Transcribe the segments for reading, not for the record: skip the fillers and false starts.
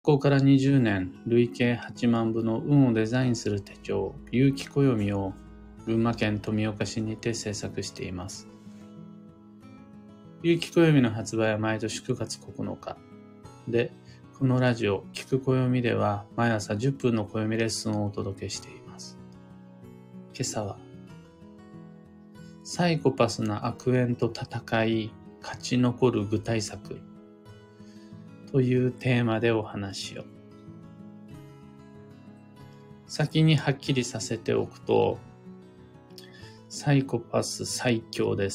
ここから20年、累計8万部の運をデザインする手帳、有機暦を群馬県富岡市にて制作しています。有機暦の発売は毎年9月9日。で、このラジオ、聞く暦では毎朝10分の暦レッスンをお届けしています。今朝は、サイコパスな悪縁と戦い、勝ち残る具体策というテーマでお話を。先にはっきりさせておくと、サイコパス最強です。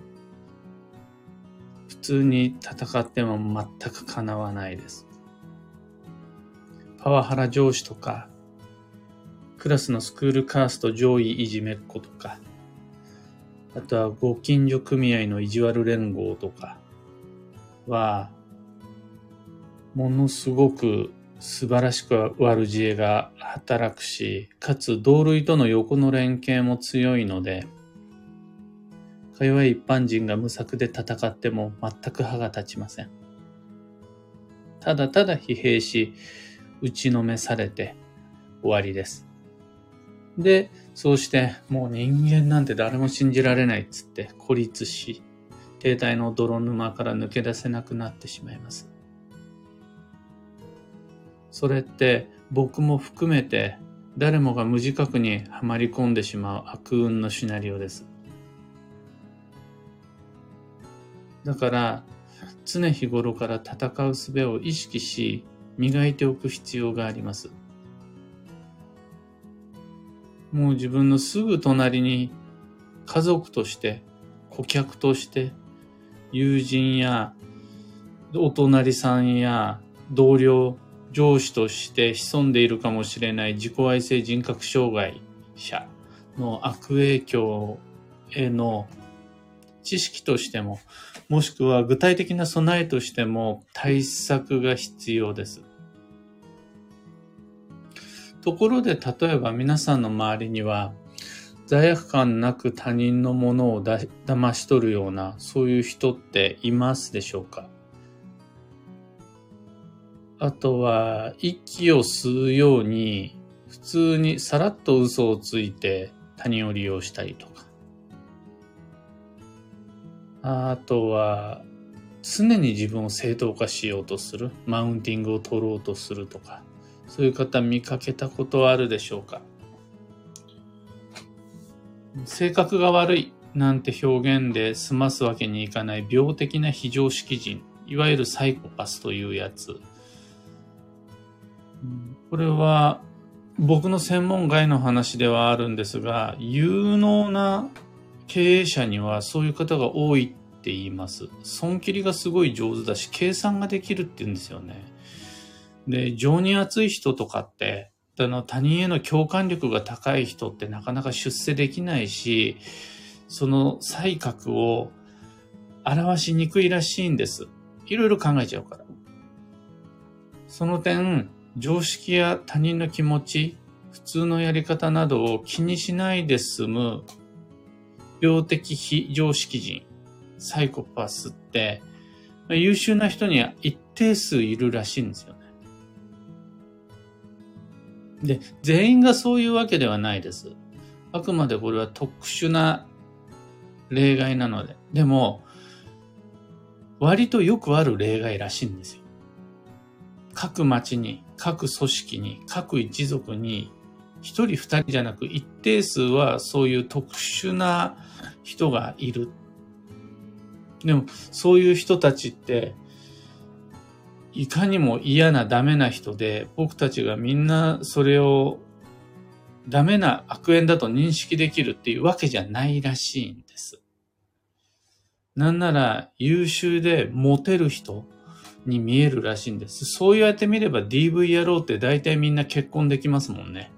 普通に戦っても全く叶わないです。パワハラ上司とか、クラスのスクールカースト上位いじめっ子とか、あとはご近所組合の意地悪連合とかは、ものすごく素晴らしく悪知恵が働くし、かつ同類との横の連携も強いので、か弱い一般人が無策で戦っても全く歯が立ちません。ただただ疲弊し、打ちのめされて終わりです。で、そうしてもう人間なんて誰も信じられないっつって孤立し、停滞の泥沼から抜け出せなくなってしまいます。それって僕も含めて誰もが無自覚にはまり込んでしまう悪運のシナリオです。だから常日頃から戦う術を意識し磨いておく必要があります。もう自分のすぐ隣に家族として顧客として友人やお隣さんや同僚上司として潜んでいるかもしれない自己愛性人格障害者の悪影響への知識としても、もしくは具体的な備えとしても対策が必要です。ところで例えば皆さんの周りには罪悪感なく他人のものを騙し取るようなそういう人っていますでしょうか？あとは、息を吸うように、普通にさらっと嘘をついて他人を利用したりとか。あとは、常に自分を正当化しようとする。マウンティングを取ろうとするとか。そういう方見かけたことはあるでしょうか？性格が悪いなんて表現で済ますわけにいかない病的な非常識人。いわゆるサイコパスというやつ。これは僕の専門外の話ではあるんですが、有能な経営者にはそういう方が多いって言います。損切りがすごい上手だし、計算ができるって言うんですよね。で、情に熱い人とかって、他人への共感力が高い人ってなかなか出世できないし、その才覚を表しにくいらしいんです。いろいろ考えちゃうから。その点、常識や他人の気持ち、普通のやり方などを気にしないで済む病的非常識人、サイコパスって、優秀な人には一定数いるらしいんですよね。で、全員がそういうわけではないです。あくまでこれは特殊な例外なので。でも、割とよくある例外らしいんですよ。各町に、各組織に、各一族に、一人二人じゃなく一定数はそういう特殊な人がいる。でも、そういう人たちって、いかにも嫌なダメな人で、僕たちがみんなそれをダメな悪縁だと認識できるっていうわけじゃないらしいんです。なんなら優秀でモテる人に見えるらしいんです。そう言われてみれば DV 野郎って大体みんな結婚できますもんね。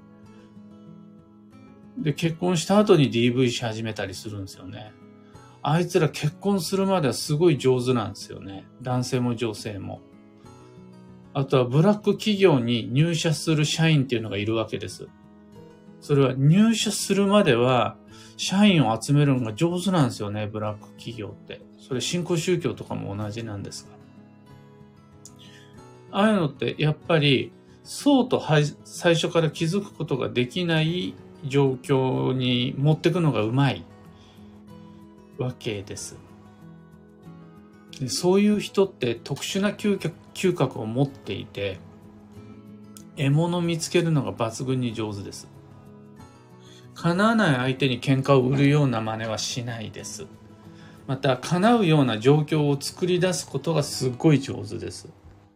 で、結婚した後に DV し始めたりするんですよね。あいつら結婚するまではすごい上手なんですよね。男性も女性も。あとはブラック企業に入社する社員っていうのがいるわけです。それは入社するまでは社員を集めるのが上手なんですよね、ブラック企業って。それ新興宗教とかも同じなんですが。 ああいうのってやっぱりそうと最初から気づくことができない状況に持っていくのがうまいわけです。でそういう人って特殊な嗅覚を持っていて、獲物を見つけるのが抜群に上手です。叶わない相手に喧嘩を売るような真似はしないです。また叶うような状況を作り出すことがすごい上手です。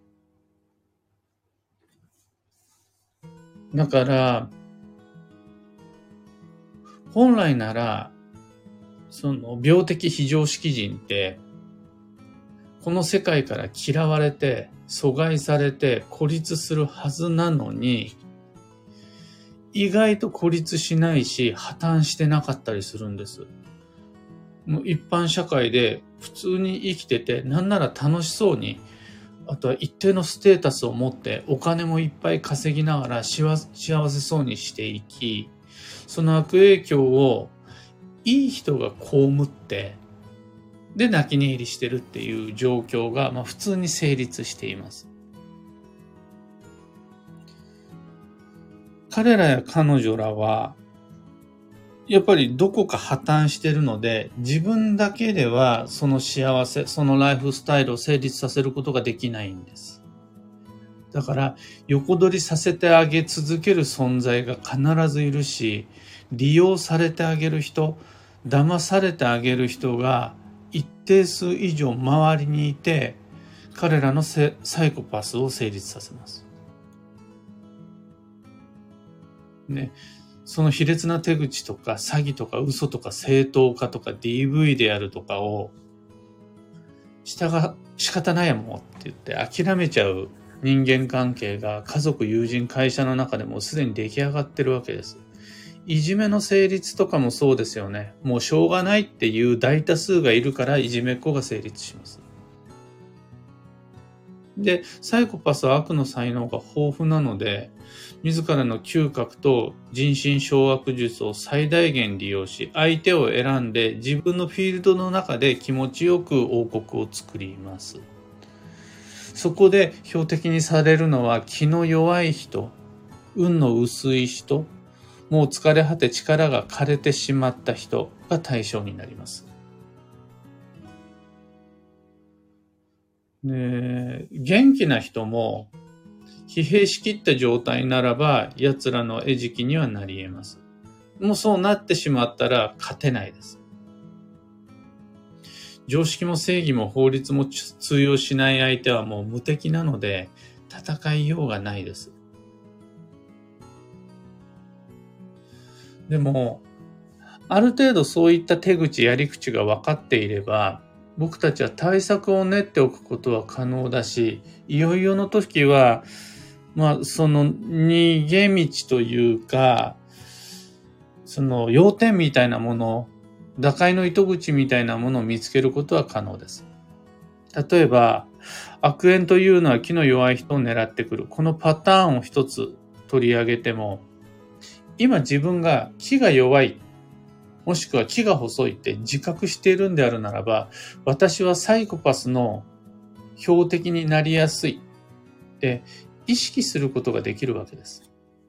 だから本来ならその病的非常識人ってこの世界から嫌われて阻害されて孤立するはずなのに、意外と孤立しないし破綻してなかったりするんです。もう一般社会で普通に生きてて、なんなら楽しそうに、あとは一定のステータスを持ってお金もいっぱい稼ぎながら幸せそうにしていき、その悪影響をいい人が被って、で泣き寝入りしてるっていう状況が、普通に成立しています。彼らや彼女らはやっぱりどこか破綻してるので、自分だけではその幸せ、そのライフスタイルを成立させることができないんです。だから横取りさせてあげ続ける存在が必ずいるし、利用されてあげる人、騙されてあげる人が一定数以上周りにいて、彼らのサイコパスを成立させます。ね、その卑劣な手口とか詐欺とか嘘とか正当化とか DV であるとかを仕方ないやもんって言って諦めちゃう人間関係が家族、友人、会社の中でもすでに出来上がってるわけです。いじめの成立とかもそうですよね。もうしょうがないっていう大多数がいるからいじめっ子が成立します。で、サイコパスは悪の才能が豊富なので、自らの嗅覚と人心掌握術を最大限利用し、相手を選んで自分のフィールドの中で気持ちよく王国を作ります。そこで標的にされるのは気の弱い人、運の薄い人、もう疲れ果て力が枯れてしまった人が対象になります。で、元気な人も疲弊しきった状態ならば奴らの餌食にはなり得ます。もうそうなってしまったら勝てないです。常識も正義も法律も通用しない相手はもう無敵なので戦いようがないです。でもある程度そういった手口やり口が分かっていれば僕たちは対策を練っておくことは可能だし、いよいよの時はその逃げ道というか、その要点みたいなもの、打開の糸口みたいなものを見つけることは可能です。例えば、悪縁というのは気の弱い人を狙ってくる。このパターンを一つ取り上げても、今自分が気が弱い、もしくは気が細いって自覚しているんであるならば、私はサイコパスの標的になりやすいって意識することができるわけです。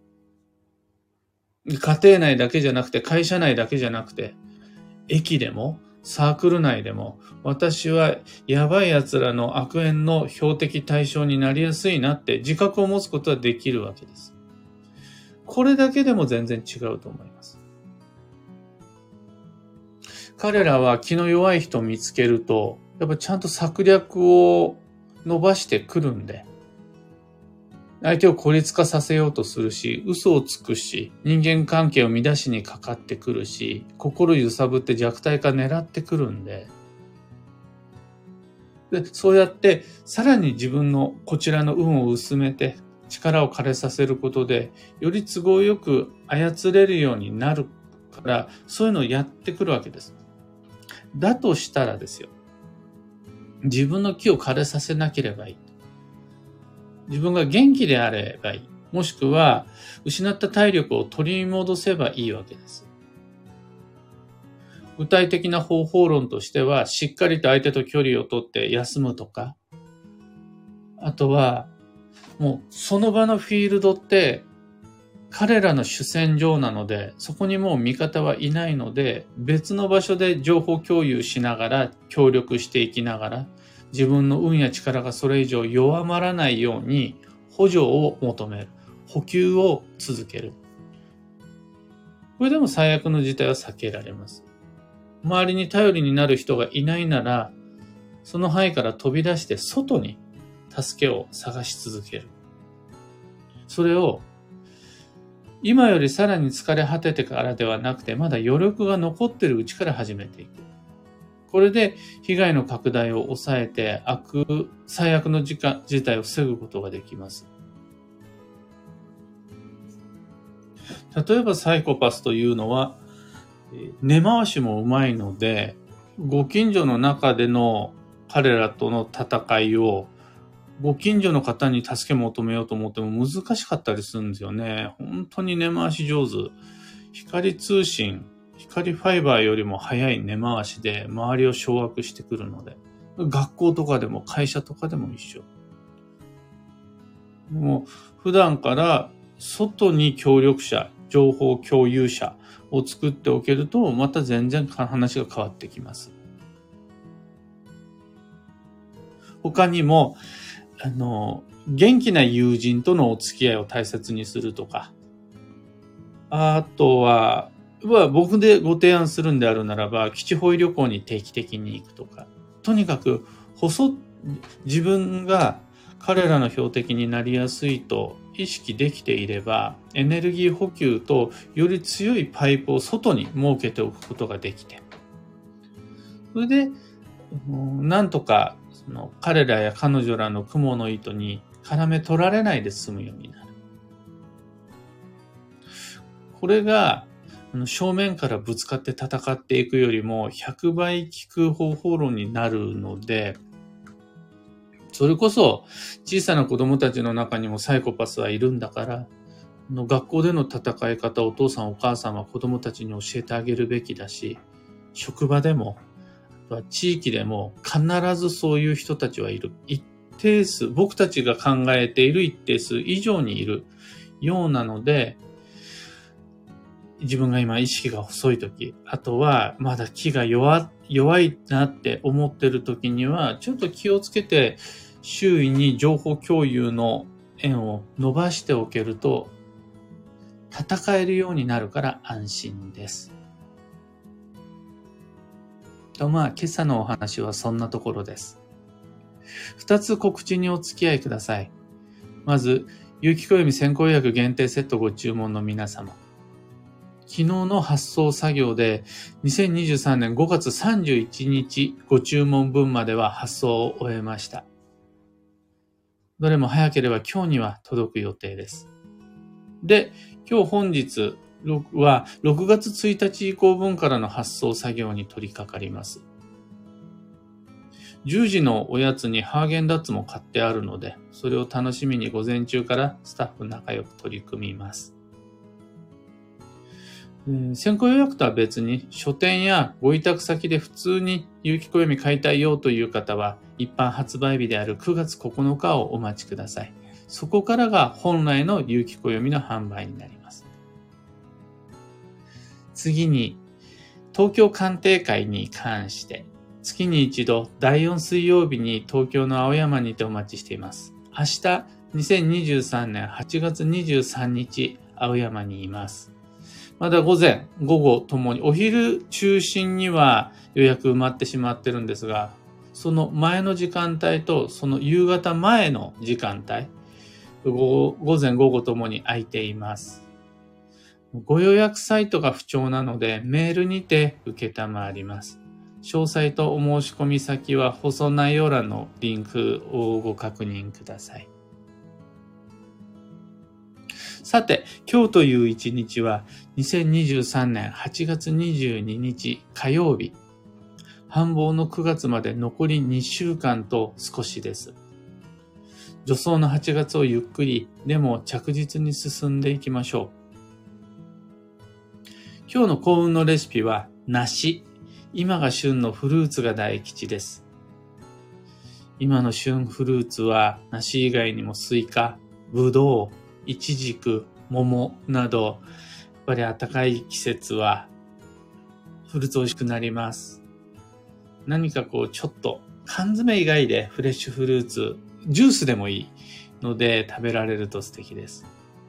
家庭内だけじゃなくて、会社内だけじゃなくて、駅でもサークル内でも、私はやばい奴らの悪縁の標的対象になりやすいなって自覚を持つことはできるわけです。これだけでも全然違うと思います。彼らは気の弱い人を見つけると、やっぱちゃんと策略を伸ばしてくるんで、相手を孤立化させようとするし、嘘をつくし、人間関係を乱しにかかってくるし、心揺さぶって弱体化狙ってくるんで、そうやってさらに自分のこちらの運を薄めて力を枯れさせることで、より都合よく操れるようになるから、そういうのをやってくるわけです。だとしたらですよ、自分の気を枯れさせなければいい。自分が元気であればいい。もしくは、失った体力を取り戻せばいいわけです。具体的な方法論としては、しっかりと相手と距離をとって休むとか、あとは、 もうその場のフィールドって彼らの主戦場なので、そこにもう味方はいないので、別の場所で情報共有しながら、協力していきながら、自分の運や力がそれ以上弱まらないように補助を求める。補給を続ける。これでも最悪の事態は避けられます。周りに頼りになる人がいないなら、その範囲から飛び出して外に助けを探し続ける。それを今よりさらに疲れ果ててからではなくて、まだ余力が残っているうちから始めていく。これで被害の拡大を抑えて最悪の事態を防ぐことができます。例えばサイコパスというのは、根回しもうまいので、ご近所の中での彼らとの戦いをご近所の方に助け求めようと思っても難しかったりするんですよね。本当に根回し上手。光通信、光ファイバーよりも早い根回しで周りを掌握してくるので。学校とかでも会社とかでも一緒。もう普段から外に協力者、情報共有者を作っておけると、また全然話が変わってきます。他にも、元気な友人とのお付き合いを大切にするとか、あとは、僕でご提案するんであるならば、基地方位旅行に定期的に行くとか、とにかく自分が彼らの標的になりやすいと意識できていれば、エネルギー補給とより強いパイプを外に設けておくことができて、それで、なんとか彼らや彼女らの蜘蛛の糸に絡め取られないで済むようになる。これが正面からぶつかって戦っていくよりも100倍効く方法論になるので、それこそ小さな子供たちの中にもサイコパスはいるんだから、学校での戦い方をお父さんお母さんは子供たちに教えてあげるべきだし、職場でも地域でも必ずそういう人たちはいる。一定数、僕たちが考えている一定数以上にいるようなので、自分が今意識が細いとき、あとはまだ気が弱いなって思ってるときには、ちょっと気をつけて周囲に情報共有の縁を伸ばしておけると、戦えるようになるから安心です。今朝のお話はそんなところです。2つ告知にお付き合いください。まず、有機暦先行予約限定セットご注文の皆様。昨日の発送作業で2023年5月31日ご注文分までは発送を終えました。どれも早ければ今日には届く予定です。で、本日は6月1日以降分からの発送作業に取り掛かります。10時のおやつにハーゲンダッツも買ってあるので、それを楽しみに午前中からスタッフ仲良く取り組みます。先行予約とは別に書店やご委託先で普通に有機暦買いたいよという方は一般発売日である9月9日をお待ちください。そこからが本来の有機暦の販売になります。次に東京鑑定会に関して月に一度第4水曜日に東京の青山にてお待ちしています。明日2023年8月23日青山にいます。まだ午前、午後ともに、お昼中心には予約埋まってしまってるんですが、その前の時間帯とその夕方前の時間帯、午前、午後ともに空いています。ご予約サイトが不調なので、メールにて受けたまわります。詳細とお申し込み先は放送内容欄のリンクをご確認ください。さて、今日という一日は2023年8月22日火曜日。繁忙の9月まで残り2週間と少しです。助走の8月をゆっくり、でも着実に進んでいきましょう。今日の幸運のレシピは梨。今が旬のフルーツが大吉です。今の旬フルーツは梨以外にもスイカ、 ぶどう、いちじく、桃など、やっぱり暖かい季節はフルーツ美味しくなります。何かちょっと缶詰以外でフレッシュフルーツ、ジュースでもいいので食べられると素敵です。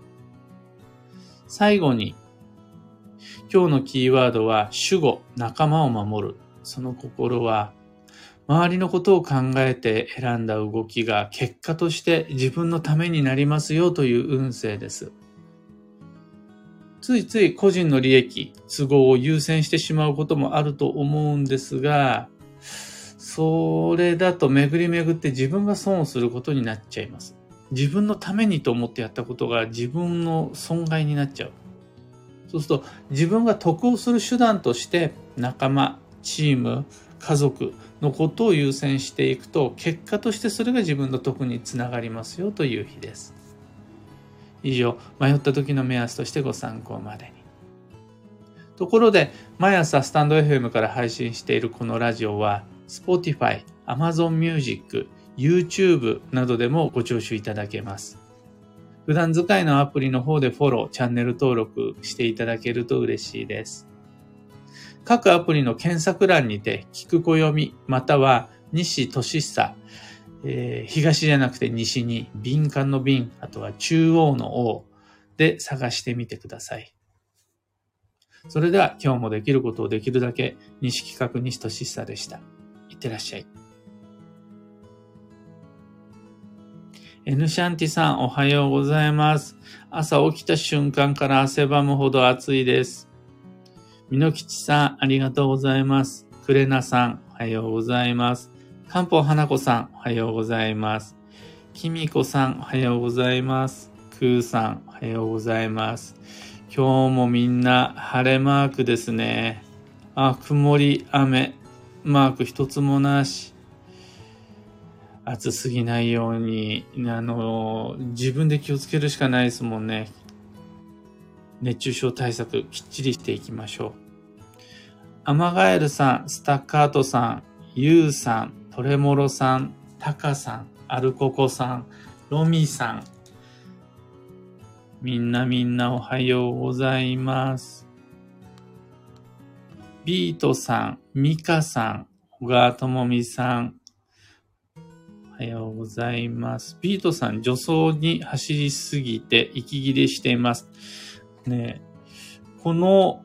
最後に、今日のキーワードは守護、仲間を守る。その心は、周りのことを考えて選んだ動きが結果として自分のためになりますよという運勢です。ついつい個人の利益、都合を優先してしまうこともあると思うんですが、それだと巡り巡って自分が損をすることになっちゃいます。自分のためにと思ってやったことが自分の損害になっちゃう。そうすると自分が得をする手段として仲間、チーム、家族のことを優先していくと、結果としてそれが自分の得につながりますよという日です。以上、迷った時の目安としてご参考までに。ところで、毎朝スタンド FM から配信しているこのラジオは、Spotify、Amazon Music、YouTube などでもご聴取いただけます。普段使いのアプリの方でフォロー、チャンネル登録していただけると嬉しいです。各アプリの検索欄にて、聞く暦または西俊久、東じゃなくて西に敏感の敏、あとは中央の王で探してみてください。それでは今日もできることをできるだけ、西企画西俊久でした。いってらっしゃい。エヌシャンティさんおはようございます。朝起きた瞬間から汗ばむほど暑いです。みのきちさんありがとうございます。くれなさんおはようございます。かんぽうはなこさんおはようございます。きみこさんおはようございます。くーさんおはようございます。今日もみんな晴れマークですね。曇り雨マーク一つもなし。暑すぎないように自分で気をつけるしかないですもんね。熱中症対策きっちりしていきましょう。アマガエルさん、スタッカートさん、ユウさん、トレモロさん、タカさん、アルココさん、ロミさん、みんなおはようございます。ビートさん、ミカさん、小川智美さん、おはようございます。ビートさん、助走に走りすぎて息切れしています。ねえ、この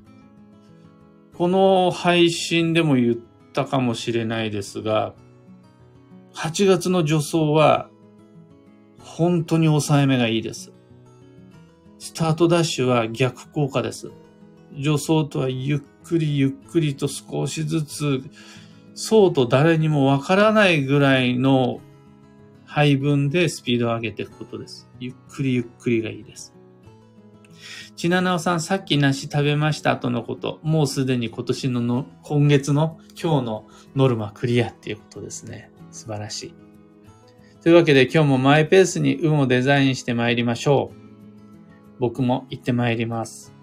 配信でも言ったかもしれないですが、8月の助走は本当に抑えめがいいです。スタートダッシュは逆効果です。助走とはゆっくりと少しずつ、そうと誰にもわからないぐらいの配分でスピードを上げていくことです。ゆっくりがいいです。ちななおさん、さっき梨食べましたとのこと。もうすでに今月の今日のノルマクリアっていうことですね。素晴らしい。というわけで今日もマイペースに運をデザインしてまいりましょう。僕も行ってまいります。